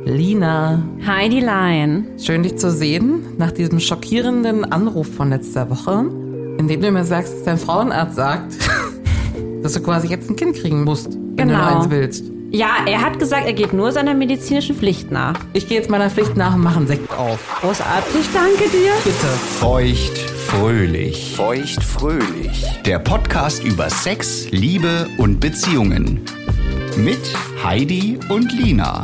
Lina. Hi, die Lion. Schön, dich zu sehen, nach diesem schockierenden Anruf von letzter Woche, in dem du mir sagst, dass dein Frauenarzt sagt, dass du quasi jetzt ein Kind kriegen musst, wenn du noch eins willst. Ja, er hat gesagt, er geht nur seiner medizinischen Pflicht nach. Ich gehe jetzt meiner Pflicht nach und mache einen Sekt auf. Großartig, danke dir. Bitte. Feuchtfröhlich. Feuchtfröhlich. Der Podcast über Sex, Liebe und Beziehungen. Mit Heidi und Lina.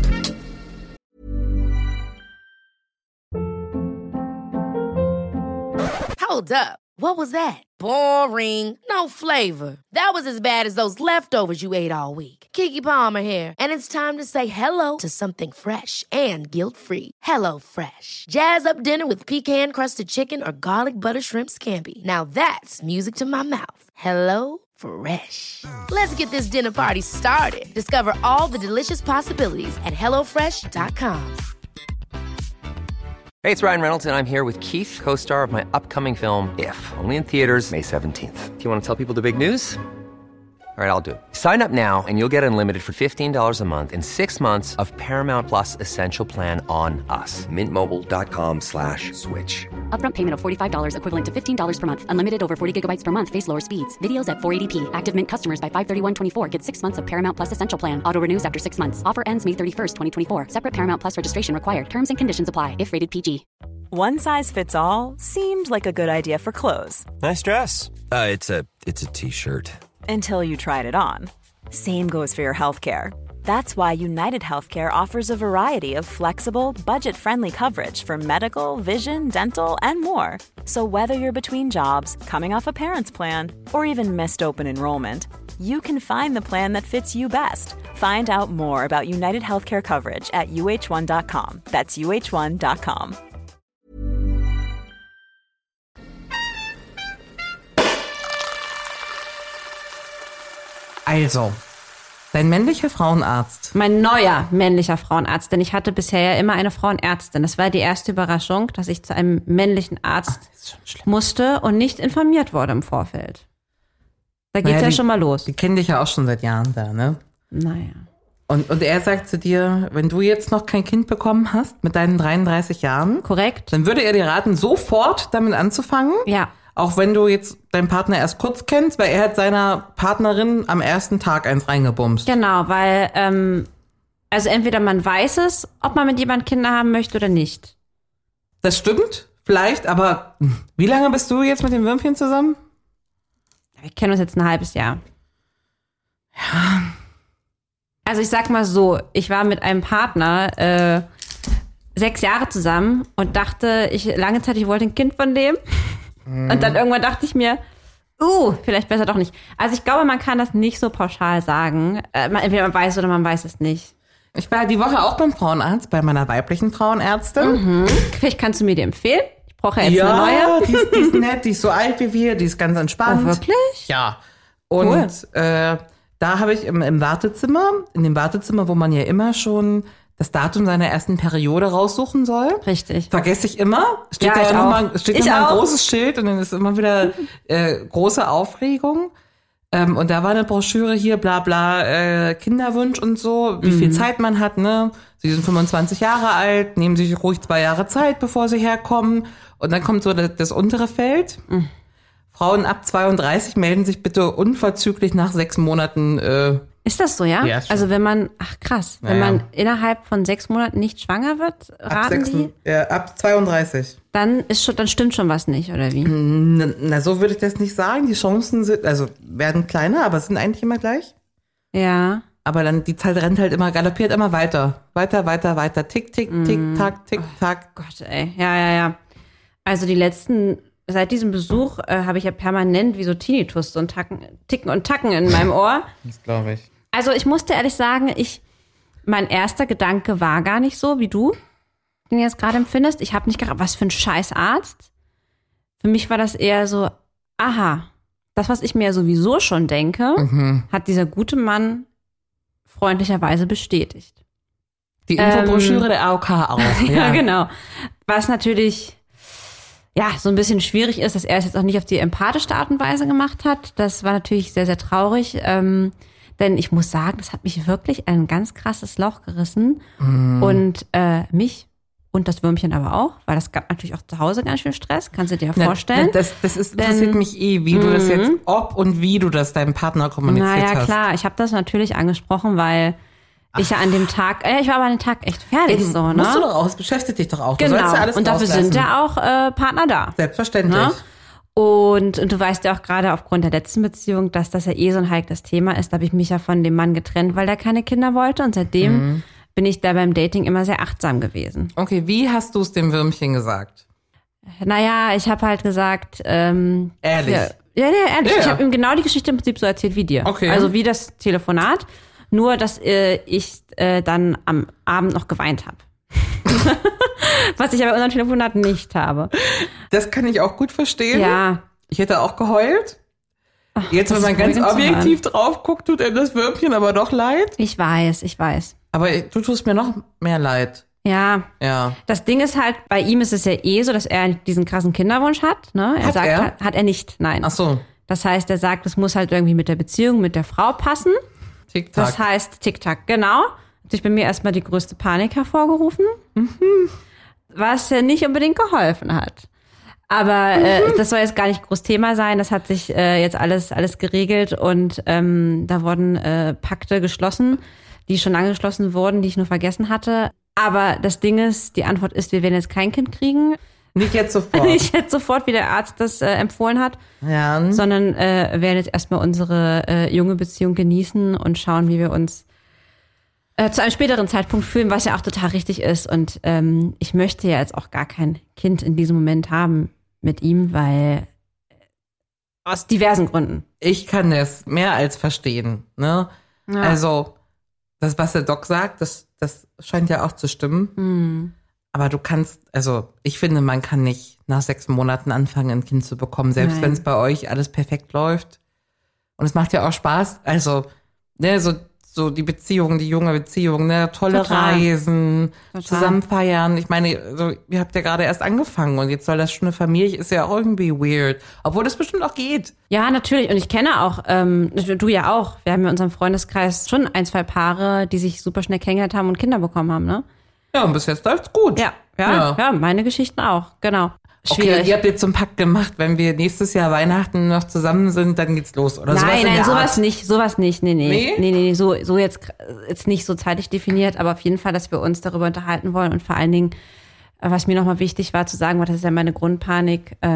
Hold up. What was that? Boring. No flavor. That was as bad as those leftovers you ate all week. Keke Palmer here, and it's time to say hello to something fresh and guilt-free. Hello Fresh. Jazz up dinner with pecan-crusted chicken or garlic butter shrimp scampi. Now that's music to my mouth. Hello Fresh. Let's get this dinner party started. Discover all the delicious possibilities at hellofresh.com. Hey, it's Ryan Reynolds, and I'm here with Keith, co-star of my upcoming film, If, only in theaters May 17th. Do you want to tell people the big news? All right, I'll do it. Sign up now and you'll get unlimited for $15 a month and 6 months of Paramount Plus Essential Plan on us. MintMobile.com/switch. Upfront payment of $45 equivalent to $15 per month. Unlimited over 40 gigabytes per month. Face lower speeds. Videos at 480p. Active Mint customers by 531.24 get 6 months of Paramount Plus Essential Plan. Auto renews after 6 months. Offer ends May 31st, 2024. Separate Paramount Plus registration required. Terms and conditions apply if rated PG. One size fits all seemed like a good idea for clothes. Nice dress. It's a t-shirt. Until you tried it on. Same goes for your healthcare. That's why United Healthcare offers a variety of flexible, budget-friendly coverage for medical, vision, dental, and more. So whether you're between jobs, coming off a parent's plan, or even missed open enrollment, you can find the plan that fits you best. Find out more about United Healthcare coverage at uh1.com. That's uh1.com. Also, dein männlicher Frauenarzt. Mein neuer männlicher Frauenarzt, denn ich hatte bisher ja immer eine Frauenärztin. Das war die erste Überraschung, dass ich zu einem männlichen Arzt musste und nicht informiert wurde im Vorfeld. Da geht's ja schon mal los. Die kennen dich ja auch schon seit Jahren da, ne? Naja. Und er sagt zu dir, wenn du jetzt noch kein Kind bekommen hast, mit deinen 33 Jahren. Korrekt. Dann würde er dir raten, sofort damit anzufangen. Ja. Auch wenn du jetzt deinen Partner erst kurz kennst, weil er hat seiner Partnerin am ersten Tag eins reingebumst. Genau, weil, also entweder man weiß es, ob man mit jemandem Kinder haben möchte oder nicht. Das stimmt, vielleicht, aber wie lange bist du jetzt mit dem Würmchen zusammen? Wir kennen uns jetzt ein halbes Jahr. Ja. Also ich sag mal so, ich war mit einem Partner 6 Jahre zusammen und dachte, lange Zeit, ich wollte ein Kind von dem. Und dann irgendwann dachte ich mir, vielleicht besser doch nicht. Also ich glaube, man kann das nicht so pauschal sagen. Entweder man weiß oder man weiß es nicht. Ich war die Woche auch beim Frauenarzt, bei meiner weiblichen Frauenärztin. Vielleicht kannst du mir die empfehlen? Ich brauche jetzt eine neue. Ja, die ist nett, die ist so alt wie wir, die ist ganz entspannt. Oh, wirklich? Ja. Und da habe ich im Wartezimmer, in dem Wartezimmer, wo man ja immer schon das Datum seiner ersten Periode raussuchen soll. Richtig. Vergesse ich immer. Steht da immer mal ein großes Schild und dann ist immer wieder große Aufregung. Und da war eine Broschüre hier, bla bla, Kinderwunsch und so, wie viel Zeit man hat, ne? Sie sind 25 Jahre alt, nehmen sich ruhig 2 Jahre Zeit, bevor sie herkommen. Und dann kommt so das untere Feld. Frauen ab 32 melden sich bitte unverzüglich nach 6 Monaten. Ist das so, ja? Ja, also wenn man, krass, wenn man innerhalb von 6 Monaten nicht schwanger wird, ab 32. Dann stimmt schon was nicht, oder wie? Na, so würde ich das nicht sagen. Die Chancen werden kleiner, aber sind eigentlich immer gleich. Ja. Aber dann die Zeit galoppiert immer weiter. Weiter. Tick, tick, tick, tack, tick, tack. Oh Gott, ey. Ja. Also seit diesem Besuch habe ich ja permanent wie so Tinnitus, so ein Ticken und Tacken in meinem Ohr. Das glaube ich. Also ich musste ehrlich sagen, mein erster Gedanke war gar nicht so, wie du den jetzt gerade empfindest. Ich habe nicht gedacht, was für ein scheiß Arzt. Für mich war das eher so, aha, das, was ich mir ja sowieso schon denke, hat dieser gute Mann freundlicherweise bestätigt. Die Infobroschüre der AOK auch. Ja, genau. Was natürlich so ein bisschen schwierig ist, dass er es jetzt auch nicht auf die empathische Art und Weise gemacht hat. Das war natürlich sehr, sehr traurig. Dann Denn ich muss sagen, das hat mich wirklich ein ganz krasses Loch gerissen. Und mich und das Würmchen aber auch, weil das gab natürlich auch zu Hause ganz schön Stress, kannst du dir vorstellen. Das interessiert mich wie du das jetzt, ob und wie du das deinem Partner kommuniziert hast. Naja, klar, ich habe das natürlich angesprochen, weil ich ja an dem Tag, ich war aber an dem Tag echt fertig. Ne? Musst du doch auch, es beschäftigt dich doch auch. Genau, du sollst ja alles und dafür rauslassen. sind ja auch Partner da. Selbstverständlich. Ne? Und du weißt ja auch gerade aufgrund der letzten Beziehung, dass das ja so ein heikles Thema ist. Da habe ich mich ja von dem Mann getrennt, weil der keine Kinder wollte. Und seitdem bin ich da beim Dating immer sehr achtsam gewesen. Okay, wie hast du es dem Würmchen gesagt? Naja, ich habe halt gesagt... ehrlich? Ja, ehrlich. Ja. Ich habe ihm genau die Geschichte im Prinzip so erzählt wie dir. Okay. Also wie das Telefonat. Nur, dass ich dann am Abend noch geweint habe. Was ich aber in unserem Telefonat nicht habe. Das kann ich auch gut verstehen. Ja. Ich hätte auch geheult. Jetzt, wenn man ganz objektiv drauf guckt, tut einem das Würmchen aber doch leid. Ich weiß. Aber du tust mir noch mehr leid. Ja. Ja. Das Ding ist halt, bei ihm ist es ja so, dass er diesen krassen Kinderwunsch hat. Ne? Hat er? Hat er nicht, nein. Ach so. Das heißt, er sagt, es muss halt irgendwie mit der Beziehung, mit der Frau passen. Tick-Tack. Das heißt, Tick-Tack, genau. Hat sich bei mir erstmal die größte Panik hervorgerufen. Was nicht unbedingt geholfen hat. Aber das soll jetzt gar nicht groß Thema sein. Das hat sich jetzt alles geregelt und da wurden Pakte geschlossen, die schon lange geschlossen wurden, die ich nur vergessen hatte. Aber das Ding ist, die Antwort ist, wir werden jetzt kein Kind kriegen. Nicht jetzt sofort. Nicht jetzt sofort, wie der Arzt das empfohlen hat. Ja. Sondern werden jetzt erstmal unsere junge Beziehung genießen und schauen, wie wir uns zu einem späteren Zeitpunkt fühlen, was ja auch total richtig ist. Und ich möchte ja jetzt auch gar kein Kind in diesem Moment haben mit ihm, weil aus diversen Gründen. Ich kann das mehr als verstehen. Ne? Ja. Also, das, was der Doc sagt, das scheint ja auch zu stimmen. Aber du kannst, also ich finde, man kann nicht nach 6 Monaten anfangen, ein Kind zu bekommen, selbst wenn es bei euch alles perfekt läuft. Und es macht ja auch Spaß. Also, ne, so die Beziehung, die junge Beziehung, ne, tolle Total. Reisen, Total. zusammen feiern. Ich meine, so, ihr habt ja gerade erst angefangen und jetzt soll das schon eine Familie, ist ja auch irgendwie weird. Obwohl das bestimmt auch geht. Ja, natürlich. Und ich kenne auch, du ja auch, wir haben in unserem Freundeskreis schon 1, 2 Paare, die sich super schnell kennengelernt haben und Kinder bekommen haben, ne? Ja, und bis jetzt läuft's gut. Ja, meine Geschichten auch, genau. Okay, ihr habt jetzt so einen Pakt gemacht, wenn wir nächstes Jahr Weihnachten noch zusammen sind, dann geht's los, oder sowas in Nein, der sowas Art. nicht. Nee? Nee, so jetzt nicht so zeitlich definiert, aber auf jeden Fall, dass wir uns darüber unterhalten wollen und vor allen Dingen, was mir nochmal wichtig war zu sagen, weil das ist ja meine Grundpanik, Er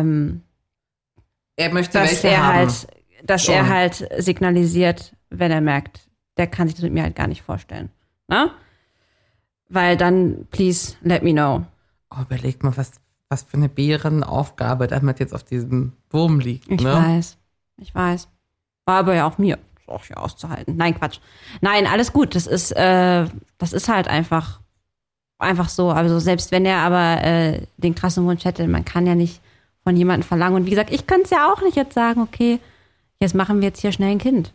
möchte dass welche er haben. er halt signalisiert, wenn er merkt, der kann sich das mit mir halt gar nicht vorstellen. Ne? Weil dann, please, let me know. Oh, überleg mal, was für eine Bärenaufgabe damit jetzt auf diesem Wurm liegt. Ich weiß. War aber ja auch mir. Ist auch schwer auszuhalten. Nein, Quatsch. Nein, alles gut. Das ist halt einfach so. Also selbst wenn er aber den krassen Wunsch hätte, man kann ja nicht von jemandem verlangen. Und wie gesagt, ich könnte es ja auch nicht jetzt sagen, okay, jetzt machen wir jetzt hier schnell ein Kind.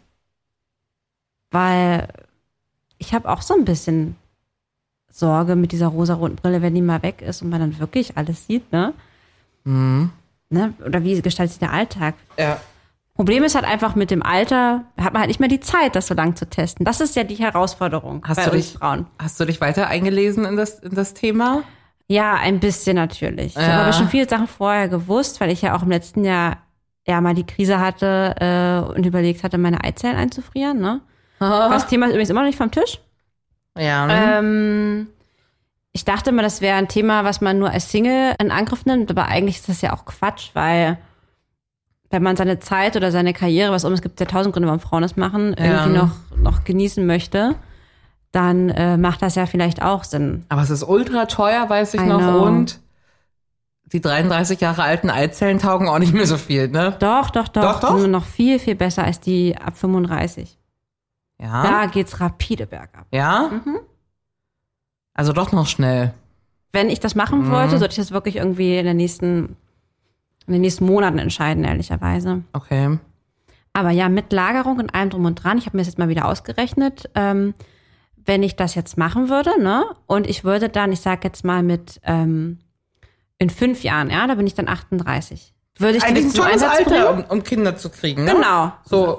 Weil ich habe auch so ein bisschen Sorge mit dieser rosaroten Brille, wenn die mal weg ist und man dann wirklich alles sieht, ne? Ne? Oder wie gestaltet sich der Alltag? Ja. Problem ist halt einfach mit dem Alter, hat man halt nicht mehr die Zeit, das so lang zu testen. Das ist ja die Herausforderung bei uns Frauen. Hast du dich weiter eingelesen in das Thema? Ja, ein bisschen natürlich. Ich Ja. habe aber schon viele Sachen vorher gewusst, weil ich ja auch im letzten Jahr ja mal die Krise hatte und überlegt hatte, meine Eizellen einzufrieren, ne? Das Thema ist übrigens immer noch nicht vom Tisch. Ja. Ich dachte immer, das wäre ein Thema, was man nur als Single in Angriff nimmt, aber eigentlich ist das ja auch Quatsch, weil wenn man seine Zeit oder seine Karriere, es gibt ja 1000 Gründe, warum Frauen das machen, irgendwie noch genießen möchte, dann macht das ja vielleicht auch Sinn. Aber es ist ultra teuer, weiß ich I noch, know. und die 33 Jahre alten Eizellen taugen auch nicht mehr so viel, ne? Doch. Doch? Die sind noch viel, viel besser als die ab 35. Ja. Da geht's rapide bergab. Ja? Also doch noch schnell. Wenn ich das machen wollte, sollte ich das wirklich irgendwie in den nächsten Monaten entscheiden, ehrlicherweise. Okay. Aber ja, mit Lagerung und allem drum und dran, ich habe mir das jetzt mal wieder ausgerechnet, wenn ich das jetzt machen würde, ne? Und ich würde dann, ich sag jetzt mal mit in 5 Jahren, ja, da bin ich dann 38. Würde ich Eigentlich ein diesen tolles Einsatz bringen? Alter, um Kinder zu kriegen, ne? Genau. So,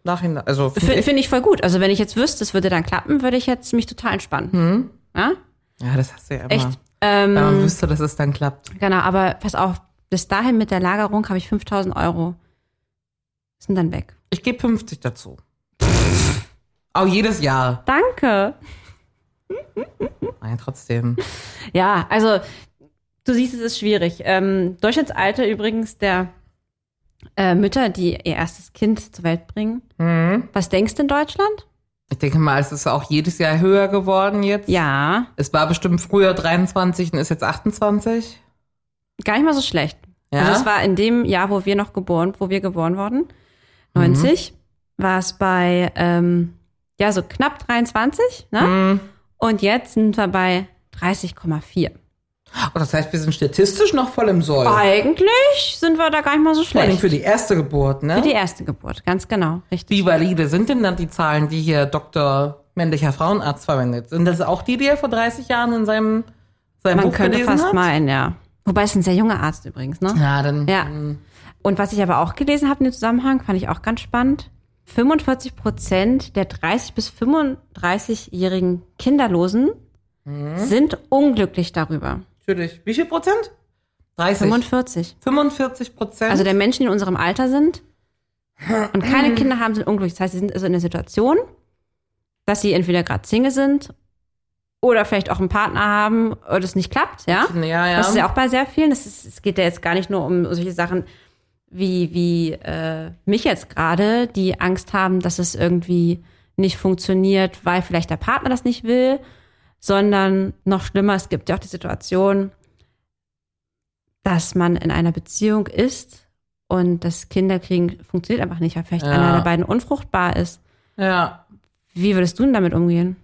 Nachhinein. Also Finde ich voll gut. Also wenn ich jetzt wüsste, es würde dann klappen, würde ich jetzt mich total entspannen. Ja? Ja, das hast du ja immer. Echt? Weil man wüsste, dass es dann klappt. Genau, aber pass auf, bis dahin mit der Lagerung habe ich 5.000 Euro. Sind dann weg. Ich gebe 50 dazu. Auch jedes Jahr. Danke. Nein, trotzdem. Ja, also du siehst, es ist schwierig. Durchschnittsalter übrigens der Mütter, die ihr erstes Kind zur Welt bringen. Was denkst du in Deutschland? Ich denke mal, es ist auch jedes Jahr höher geworden jetzt. Ja. Es war bestimmt früher 23 und ist jetzt 28. Gar nicht mal so schlecht. Ja? Also es war in dem Jahr, wo wir geboren wurden, 90, war es bei so knapp 23, ne? Und jetzt sind wir bei 30,4. Oh, das heißt, wir sind statistisch noch voll im Soll. Eigentlich sind wir da gar nicht mal so Vor allem schlecht. für die erste Geburt, ne? Für die erste Geburt, ganz genau, richtig. Wie valide sind denn dann die Zahlen, die hier Dr. männlicher Frauenarzt verwendet? Sind das auch die er vor 30 Jahren in seinem Man Buch könnte gelesen fast hat? meinen, ja. Wobei es ein sehr junger Arzt übrigens, ne? Ja, dann. Ja. Und was ich aber auch gelesen habe in dem Zusammenhang, fand ich auch ganz spannend. 45% der 30- bis 35-jährigen Kinderlosen sind unglücklich darüber. Natürlich. Wie viel Prozent? 30. 45. 45%. Also der Menschen, die in unserem Alter sind und keine Kinder haben, sind unglücklich. Das heißt, sie sind also in der Situation, dass sie entweder gerade Single sind oder vielleicht auch einen Partner haben oder es nicht klappt, ja? Ja. Das ist ja auch bei sehr vielen. Es geht ja jetzt gar nicht nur um solche Sachen wie mich jetzt gerade, die Angst haben, dass es irgendwie nicht funktioniert, weil vielleicht der Partner das nicht will, sondern noch schlimmer, es gibt ja auch die Situation, dass man in einer Beziehung ist und das Kinderkriegen funktioniert einfach nicht, weil vielleicht einer der beiden unfruchtbar ist. Ja. Wie würdest du denn damit umgehen?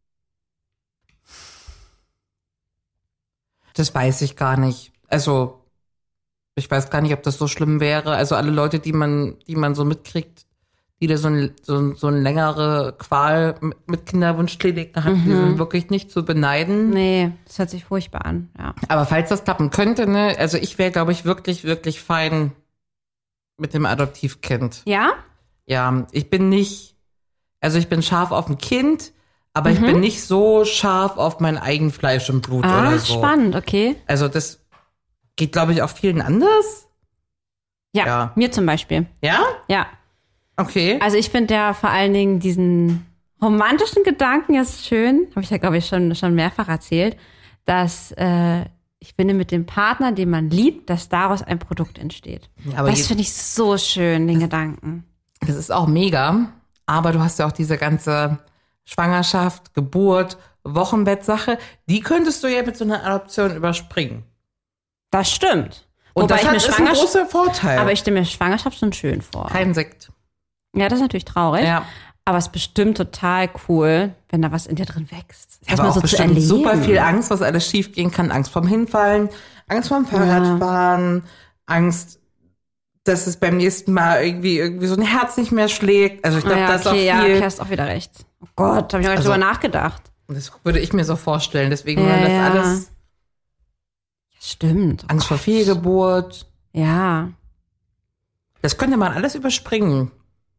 Das weiß ich gar nicht. Also, ich weiß gar nicht, ob das so schlimm wäre. Also alle Leute, die man so mitkriegt, die da so eine längere Qual mit Kinderwunschkliniken hat, die sind wirklich nicht zu beneiden. Nee, das hört sich furchtbar an, ja. Aber falls das klappen könnte, ne, also ich wäre, glaube ich, wirklich, wirklich fein mit dem Adoptivkind. Ja? Ja, ich bin scharf auf ein Kind, aber ich bin nicht so scharf auf mein Eigenfleisch und Blut oder so. Spannend, okay. Also das geht, glaube ich, auch vielen anders. Ja, mir zum Beispiel. Ja? Ja. Okay. Also ich finde ja vor allen Dingen diesen romantischen Gedanken ist schön, habe ich ja, glaube ich, schon mehrfach erzählt, dass ich finde, mit dem Partner, den man liebt, dass daraus ein Produkt entsteht. Ja, aber das finde ich so schön, den Gedanken. Das ist auch mega, aber du hast ja auch diese ganze Schwangerschaft, Geburt, Wochenbettsache, die könntest du ja mit so einer Adoption überspringen. Das stimmt. Und das ist ein großer Vorteil. Aber ich stelle mir Schwangerschaft schon schön vor. Kein Sekt. Ja, das ist natürlich traurig. Ja. Aber es ist bestimmt total cool, wenn da was in dir drin wächst. Ich habe auch so bestimmt super viel Angst, was alles schief gehen kann. Angst vorm Hinfallen, Angst vorm Fahrradfahren, Angst, dass es beim nächsten Mal irgendwie so ein Herz nicht mehr schlägt. Also ich glaube, das ist auch viel. Ja, okay, hast auch wieder recht. Oh Gott, habe ich noch nicht drüber nachgedacht. Das würde ich mir so vorstellen. Deswegen war das alles. Ja, stimmt. Angst vor Fehlgeburt. Ja. Das könnte man alles überspringen.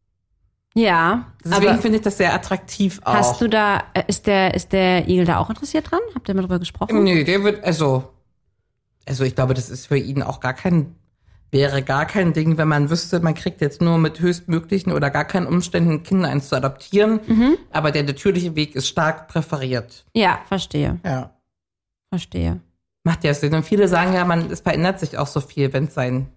Ja. Deswegen finde ich das sehr attraktiv auch. Hast du da, ist der Igel da auch interessiert dran? Habt ihr mal drüber gesprochen? Nee, der wird, also ich glaube, das ist für ihn auch wäre gar kein Ding, wenn man wüsste, man kriegt jetzt nur mit höchstmöglichen oder gar keinen Umständen Kinder eins zu adoptieren. Aber der natürliche Weg ist stark präferiert. Ja, verstehe. Ja. Verstehe. Macht ja Sinn. Und viele sagen ja, es verändert sich auch so viel, wenn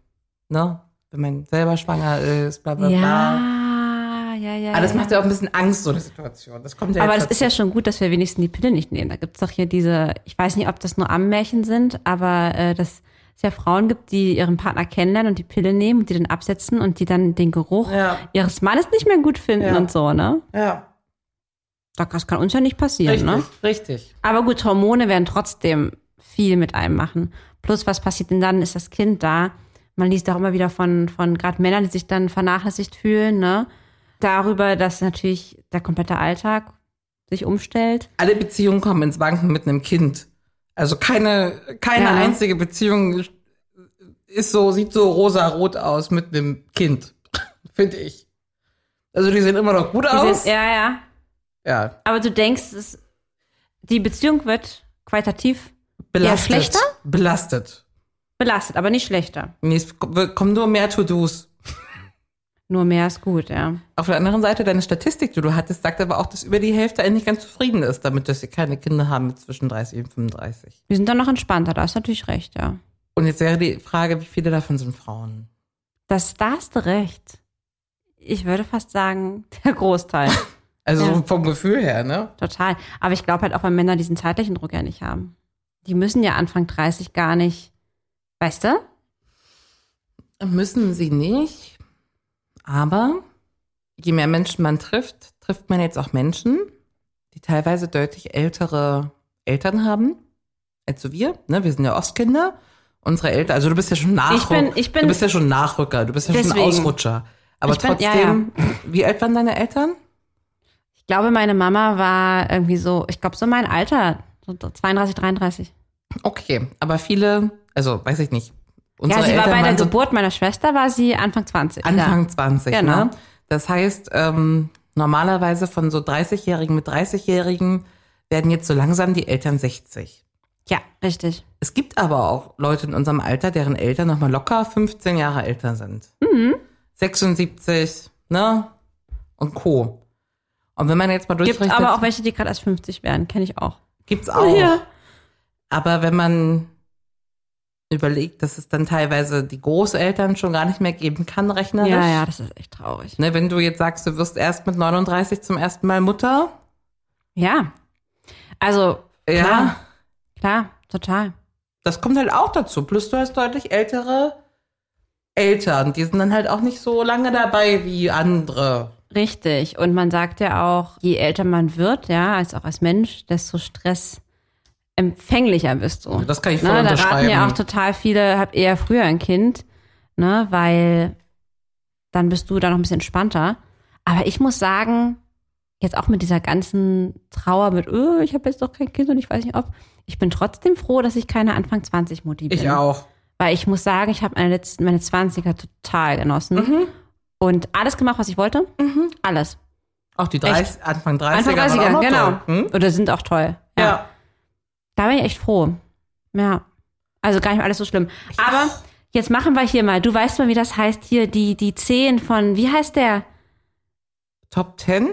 man selber schwanger ist, bla bla bla. Ja. Aber das macht ja auch ein bisschen Angst, so eine Situation. Das kommt ja aber jetzt es ist ja schon gut, dass wir wenigstens die Pille nicht nehmen. Da gibt's doch hier diese, ich weiß nicht, ob das nur Ammenmärchen sind, aber dass es ja Frauen gibt, die ihren Partner kennenlernen und die Pille nehmen und die dann absetzen und die dann den Geruch ihres Mannes nicht mehr gut finden und so, ne? Ja. Das kann uns ja nicht passieren, richtig, ne? Richtig. Aber gut, Hormone werden trotzdem viel mit einem machen. Plus, was passiert denn dann? Ist das Kind da? Man liest auch immer wieder von gerade Männern, die sich dann vernachlässigt fühlen, ne? Darüber, dass natürlich der komplette Alltag sich umstellt. Alle Beziehungen kommen ins Wanken mit einem Kind. Also keine einzige Beziehung sieht so rosarot aus mit einem Kind, finde ich. Also die sehen immer noch gut aus. Ja. Aber du denkst, die Beziehung wird qualitativ eher schlechter? Belastet, aber nicht schlechter. Nee, es kommen nur mehr To-Dos. Nur mehr ist gut, ja. Auf der anderen Seite, deine Statistik, die du hattest, sagt aber auch, dass über die Hälfte eigentlich ganz zufrieden ist, damit, dass sie keine Kinder haben mit zwischen 30 und 35. Wir sind dann noch entspannter, da hast du natürlich recht, ja. Und jetzt wäre die Frage, wie viele davon sind Frauen? Da hast du recht. Ich würde fast sagen, der Großteil. Also vom Gefühl her, ne? Total. Aber ich glaube halt auch, weil Männer diesen zeitlichen Druck ja nicht haben. Die müssen ja Anfang 30 gar nicht, weißt du? Müssen sie nicht. Aber je mehr Menschen man trifft man jetzt auch Menschen, die teilweise deutlich ältere Eltern haben, als wir. Ne? Wir sind ja Ostkinder. Unsere Eltern, also du bist ja schon Nachrücker. Du bist ja schon Nachrücker, du bist ja schon Ausrutscher. Aber trotzdem, wie alt waren deine Eltern? Ich glaube, meine Mama war irgendwie so, so mein Alter, so 32, 33. Okay, aber viele, also weiß ich nicht. Sie war bei der Geburt meiner Schwester, war sie Anfang 20. Anfang 20, genau. Ne? Das heißt, normalerweise von so 30-Jährigen mit 30-Jährigen werden jetzt so langsam die Eltern 60. Ja, richtig. Es gibt aber auch Leute in unserem Alter, deren Eltern noch mal locker 15 Jahre älter sind. 76, ne? Und Co. Und wenn man jetzt mal durchrechnet... Gibt aber auch welche, die gerade erst 50 werden, kenne ich auch. Gibt's auch. Ja. Aber wenn man überlegt, dass es dann teilweise die Großeltern schon gar nicht mehr geben kann, rechnerisch. Ja, das ist echt traurig. Ne, wenn du jetzt sagst, du wirst erst mit 39 zum ersten Mal Mutter. Ja. Also, klar, total. Das kommt halt auch dazu. Plus du hast deutlich ältere Eltern. Die sind dann halt auch nicht so lange dabei wie andere. Richtig. Und man sagt ja auch, je älter man wird, ja, als auch als Mensch, desto stressempfänglicher bist du. Das kann ich voll unterschreiben. Da raten ja auch total viele, hab eher früher ein Kind, ne, weil dann bist du da noch ein bisschen entspannter. Aber ich muss sagen, jetzt auch mit dieser ganzen Trauer mit, ich habe jetzt doch kein Kind und ich weiß nicht ob, ich bin trotzdem froh, dass ich keine Anfang 20 Mutti bin. Ich auch. Weil ich muss sagen, ich habe meine 20er total genossen und alles gemacht, was ich wollte. Alles. Auch die 30, Anfang 30er. Anfang 30er, genau. Oder sind auch toll. Ja. Da bin ich echt froh. Ja. Also gar nicht alles so schlimm. Aber jetzt machen wir hier mal, du weißt mal, wie das heißt hier, die 10 von, wie heißt der? Top 10?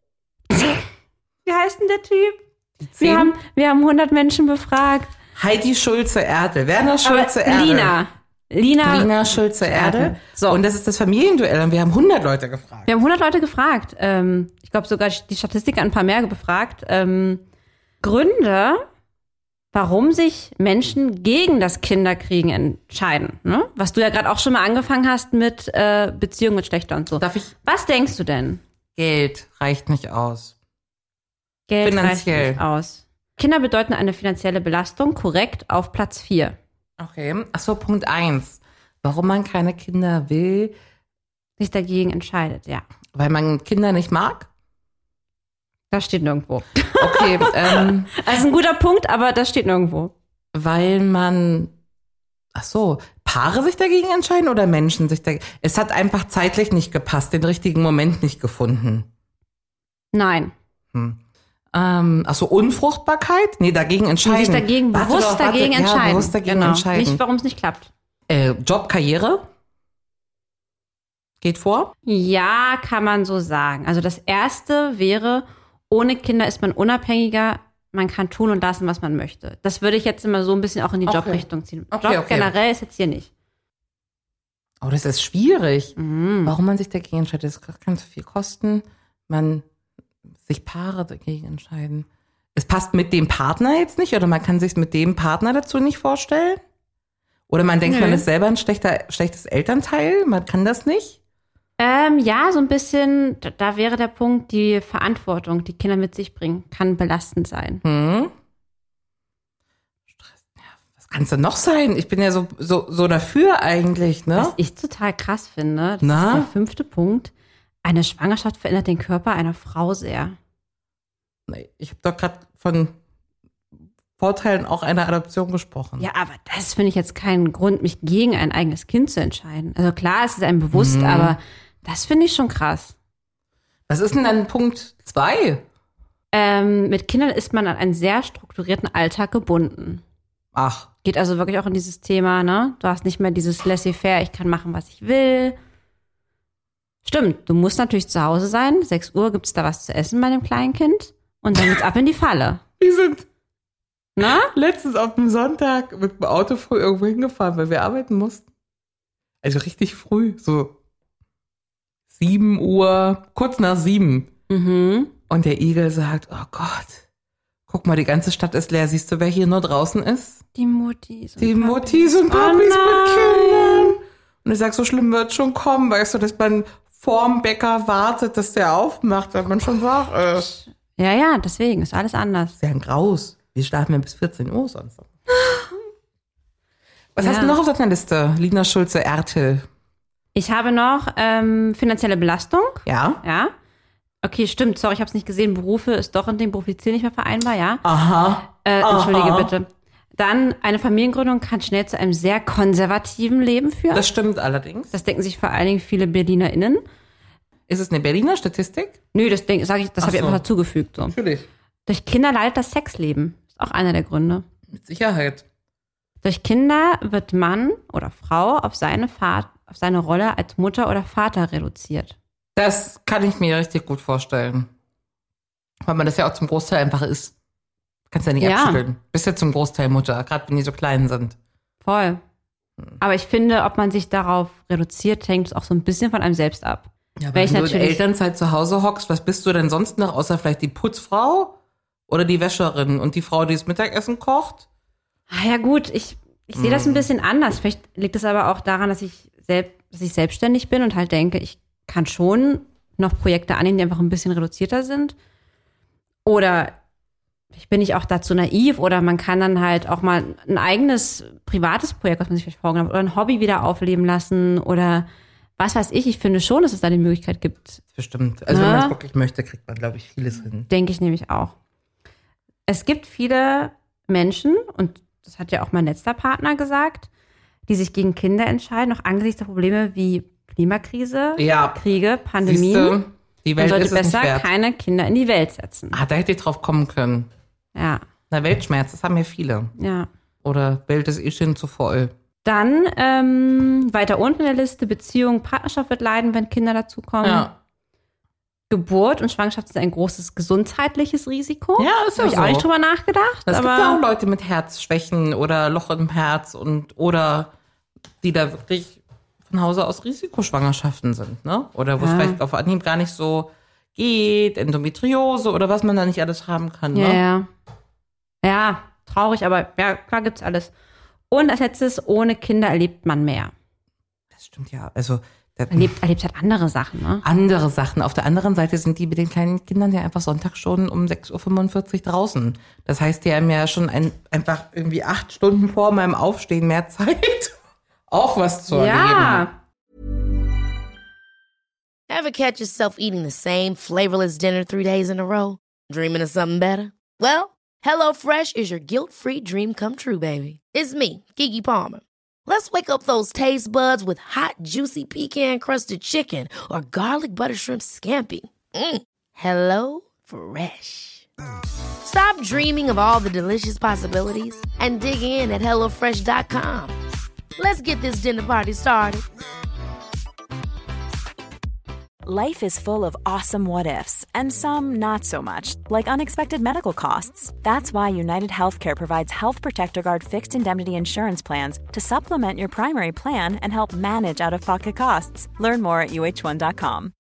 Wie heißt denn der Typ? Wir haben 100 Menschen befragt. Heidi Schulze-Erdel, Werner Schulze-Erdel. Lina Schulze-Erdel. So. Und das ist das Familienduell und wir haben 100 Leute gefragt. Ich glaube sogar die Statistik hat ein paar mehr befragt. Gründe, warum sich Menschen gegen das Kinderkriegen entscheiden. Ne? Was du ja gerade auch schon mal angefangen hast mit Beziehungen mit Schlechter und so. Was denkst du denn? Geld reicht nicht aus. Geld reicht nicht aus. Kinder bedeuten eine finanzielle Belastung, korrekt, auf Platz 4. Okay, achso, Punkt 1. Warum man keine Kinder will? Sich dagegen entscheidet, ja. Weil man Kinder nicht mag? Das steht nirgendwo. Okay. Also ein guter Punkt, aber das steht nirgendwo. Weil man, Paare sich dagegen entscheiden oder Menschen sich dagegen? Es hat einfach zeitlich nicht gepasst, den richtigen Moment nicht gefunden. Nein. Unfruchtbarkeit? Nee, dagegen entscheiden. Sich dagegen bewusst dagegen entscheiden. Ja, bewusst dagegen entscheiden. Nicht, warum es nicht klappt. Job, Karriere? Geht vor? Ja, kann man so sagen. Also das Erste wäre, ohne Kinder ist man unabhängiger, man kann tun und lassen, was man möchte. Das würde ich jetzt immer so ein bisschen auch in die Jobrichtung ziehen. Job generell ist jetzt hier nicht. Oh, das ist schwierig. Warum man sich dagegen entscheidet, das kann zu viel kosten. Sich Paare dagegen entscheiden. Es passt mit dem Partner jetzt nicht oder man kann sich mit dem Partner dazu nicht vorstellen? Oder man denkt, man ist selber ein schlechtes Elternteil? Man kann das nicht? Ja, so ein bisschen, da wäre der Punkt, die Verantwortung, die Kinder mit sich bringen, kann belastend sein. Stress. Ja, was kann es denn noch sein? Ich bin ja so dafür eigentlich, ne? Was ich total krass finde, das ist der 5. Punkt. Eine Schwangerschaft verändert den Körper einer Frau sehr. Nee, ich habe doch gerade von Vorteilen auch einer Adoption gesprochen. Ja, aber das finde ich jetzt keinen Grund, mich gegen ein eigenes Kind zu entscheiden. Also klar, es ist einem bewusst, aber das finde ich schon krass. Was ist denn dann Punkt 2? Mit Kindern ist man an einen sehr strukturierten Alltag gebunden. Ach. Geht also wirklich auch in dieses Thema, ne? Du hast nicht mehr dieses laissez-faire, ich kann machen, was ich will. Stimmt, du musst natürlich zu Hause sein. 6 Uhr gibt's da was zu essen bei dem kleinen Kind. Und dann geht's ab in die Falle. Wir sind Na? letztens auf dem Sonntag mit dem Auto früh irgendwo hingefahren, weil wir arbeiten mussten. Also richtig früh, so 7 Uhr, kurz nach 7. Mhm. Und der Igel sagt, oh Gott, guck mal, die ganze Stadt ist leer. Siehst du, wer hier nur draußen ist? Die Muttis und Die Papis. Muttis und Papis mit Kindern. Und ich sag, so schlimm wird schon kommen, weißt du, dass man vorm Bäcker wartet, dass der aufmacht, wenn man schon wach ist. Ja, deswegen ist alles anders. Das ist ja ein Graus. Wir schlafen ja bis 14 Uhr sonst. Was hast du noch auf deiner Liste, Lina Schulze-Ertel? Ich habe noch finanzielle Belastung. Ja. Okay, stimmt. Sorry, ich habe es nicht gesehen. Berufe ist doch in dem Berufsziel nicht mehr vereinbar, ja. Aha. Entschuldige bitte. Dann, eine Familiengründung kann schnell zu einem sehr konservativen Leben führen. Das stimmt allerdings. Das denken sich vor allen Dingen viele BerlinerInnen. Ist es eine Berliner Statistik? Nö, das habe ich einfach dazugefügt. So. Natürlich. Durch Kinder leidet das Sexleben. Ist auch einer der Gründe. Mit Sicherheit. Durch Kinder wird Mann oder Frau auf seine Rolle als Mutter oder Vater reduziert. Das kann ich mir richtig gut vorstellen. Weil man das ja auch zum Großteil einfach ist. Kannst ja nicht abschütteln. Bist ja zum Großteil Mutter, gerade wenn die so klein sind. Voll. Aber ich finde, ob man sich darauf reduziert, hängt auch so ein bisschen von einem selbst ab. Ja, wenn du in Elternzeit zu Hause hockst, was bist du denn sonst noch, außer vielleicht die Putzfrau oder die Wäscherin und die Frau, die das Mittagessen kocht? Ah ja gut, ich sehe das ein bisschen anders. Vielleicht liegt es aber auch daran, dass ich selbstständig bin und halt denke, ich kann schon noch Projekte annehmen, die einfach ein bisschen reduzierter sind. Oder ich bin nicht auch dazu naiv, oder man kann dann halt auch mal ein eigenes privates Projekt, was man sich vielleicht vorgenommen hat, oder ein Hobby wieder aufleben lassen oder was weiß ich. Ich finde schon, dass es da die Möglichkeit gibt. Bestimmt. Also wenn man es wirklich möchte, kriegt man, glaube ich, vieles hin. Denke ich nämlich auch. Es gibt viele Menschen, und das hat ja auch mein letzter Partner gesagt, die sich gegen Kinder entscheiden, auch angesichts der Probleme wie Klimakrise, Kriege, Pandemien. Siehste, die Welt man sollte ist es besser nicht wert. keine Kinder in die Welt setzen. Da hätte ich drauf kommen können. Ja. Na, Weltschmerz, das haben ja viele. Ja. Oder Welt ist eh schon zu voll. Dann weiter unten in der Liste, Beziehung, Partnerschaft wird leiden, wenn Kinder dazukommen. Ja. Geburt und Schwangerschaft ist ein großes gesundheitliches Risiko. Ja, ist ja Habe ich so. auch nicht drüber nachgedacht. Es aber gibt ja auch Leute mit Herzschwächen oder Loch im Herz oder die da wirklich von Hause aus Risikoschwangerschaften sind, ne? Oder wo es vielleicht auf Anhieb gar nicht so geht, Endometriose oder was man da nicht alles haben kann, ne? Ja, traurig, aber ja, klar gibt's alles. Und als letztes, ohne Kinder erlebt man mehr. Das stimmt ja. Also Erlebt halt andere Sachen, ne? Andere Sachen. Auf der anderen Seite sind die mit den kleinen Kindern ja einfach Sonntag schon um 6:45 Uhr draußen. Das heißt, die haben ja schon einfach irgendwie 8 Stunden vor meinem Aufstehen mehr Zeit, auch was zu erleben. Ever catch yourself eating the same flavorless dinner 3 days in a row? Dreaming of something better? Well, HelloFresh is your guilt-free dream come true, baby. It's me, Keke Palmer. Let's wake up those taste buds with hot, juicy pecan-crusted chicken or garlic butter shrimp scampi. Hello Fresh. Stop dreaming of all the delicious possibilities and dig in at HelloFresh.com. Let's get this dinner party started. Life is full of awesome what-ifs, and some not so much, like unexpected medical costs. That's why United Healthcare provides Health Protector Guard fixed indemnity insurance plans to supplement your primary plan and help manage out-of-pocket costs. Learn more at uh1.com.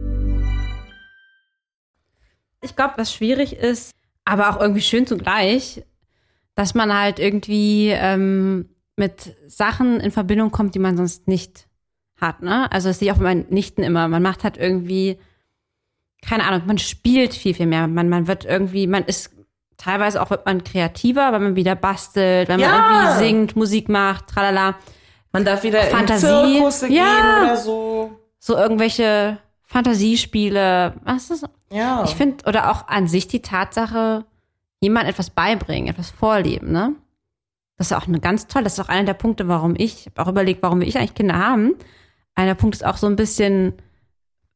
Ich glaube, was schwierig ist, aber auch irgendwie schön zugleich, dass man halt irgendwie mit Sachen in Verbindung kommt, die man sonst nicht hat, ne? Also das sehe ich auch bei meinen Nichten immer. Man macht halt irgendwie, keine Ahnung, man spielt viel, viel mehr. Man wird irgendwie, man ist teilweise auch, wird man kreativer, weil man wieder bastelt, weil man irgendwie singt, Musik macht, tralala. Man darf wieder Fantasie, in Zirkusse gehen oder so. So irgendwelche Fantasiespiele, was ist das? Ja. Ich finde, oder auch an sich die Tatsache, jemandem etwas beibringen, etwas vorleben, ne? Das ist auch eine ganz toll, das ist auch einer der Punkte, ich habe auch überlegt, warum will ich eigentlich Kinder haben. Einer Punkt ist auch so ein bisschen,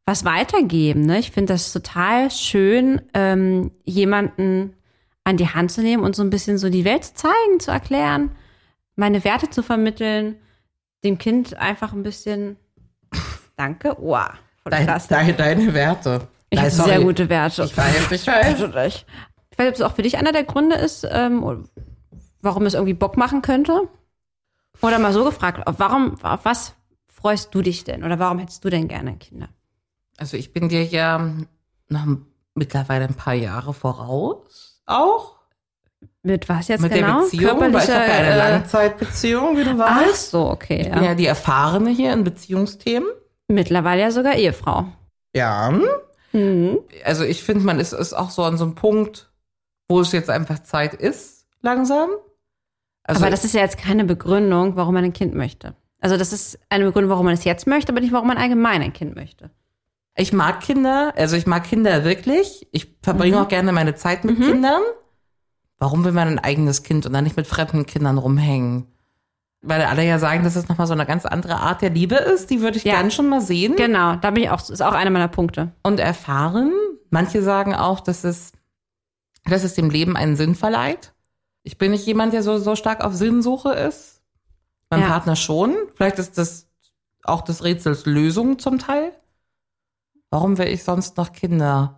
was weitergeben. Ne? Ich finde das total schön, jemanden an die Hand zu nehmen und so ein bisschen so die Welt zu zeigen, zu erklären, meine Werte zu vermitteln, dem Kind einfach ein bisschen, danke, deine Werte. Ich habe sehr gute Werte. Ich weiß. Ich weiß nicht, ob es auch für dich einer der Gründe ist, warum es irgendwie Bock machen könnte. Oder mal so gefragt, auf was freust du dich denn? Oder warum hättest du denn gerne Kinder? Also ich bin dir ja noch mittlerweile ein paar Jahre voraus auch. Mit was jetzt mit genau? Der Beziehung, weil ich habe ja eine Langzeitbeziehung, wie du weißt. Ach so, okay. Ich bin ja die Erfahrene hier in Beziehungsthemen. Mittlerweile ja sogar Ehefrau. Ja. Mhm. Also ich finde, man ist auch so an so einem Punkt, wo es jetzt einfach Zeit ist, langsam. Also aber das ist ja jetzt keine Begründung, warum man ein Kind möchte. Also das ist eine Begründung, warum man es jetzt möchte, aber nicht, warum man allgemein ein Kind möchte. Ich mag Kinder, wirklich. Ich verbringe auch gerne meine Zeit mit Kindern. Warum will man ein eigenes Kind und dann nicht mit fremden Kindern rumhängen? Weil alle ja sagen, dass es nochmal so eine ganz andere Art der Liebe ist. Die würde ich gern schon mal sehen. Genau, da bin ich auch, ist auch einer meiner Punkte. Und erfahren. Manche sagen auch, dass es dem Leben einen Sinn verleiht. Ich bin nicht jemand, der so stark auf Sinnsuche ist. Mein Partner schon. Vielleicht ist das auch des Rätsels Lösung zum Teil. Warum will ich sonst noch Kinder?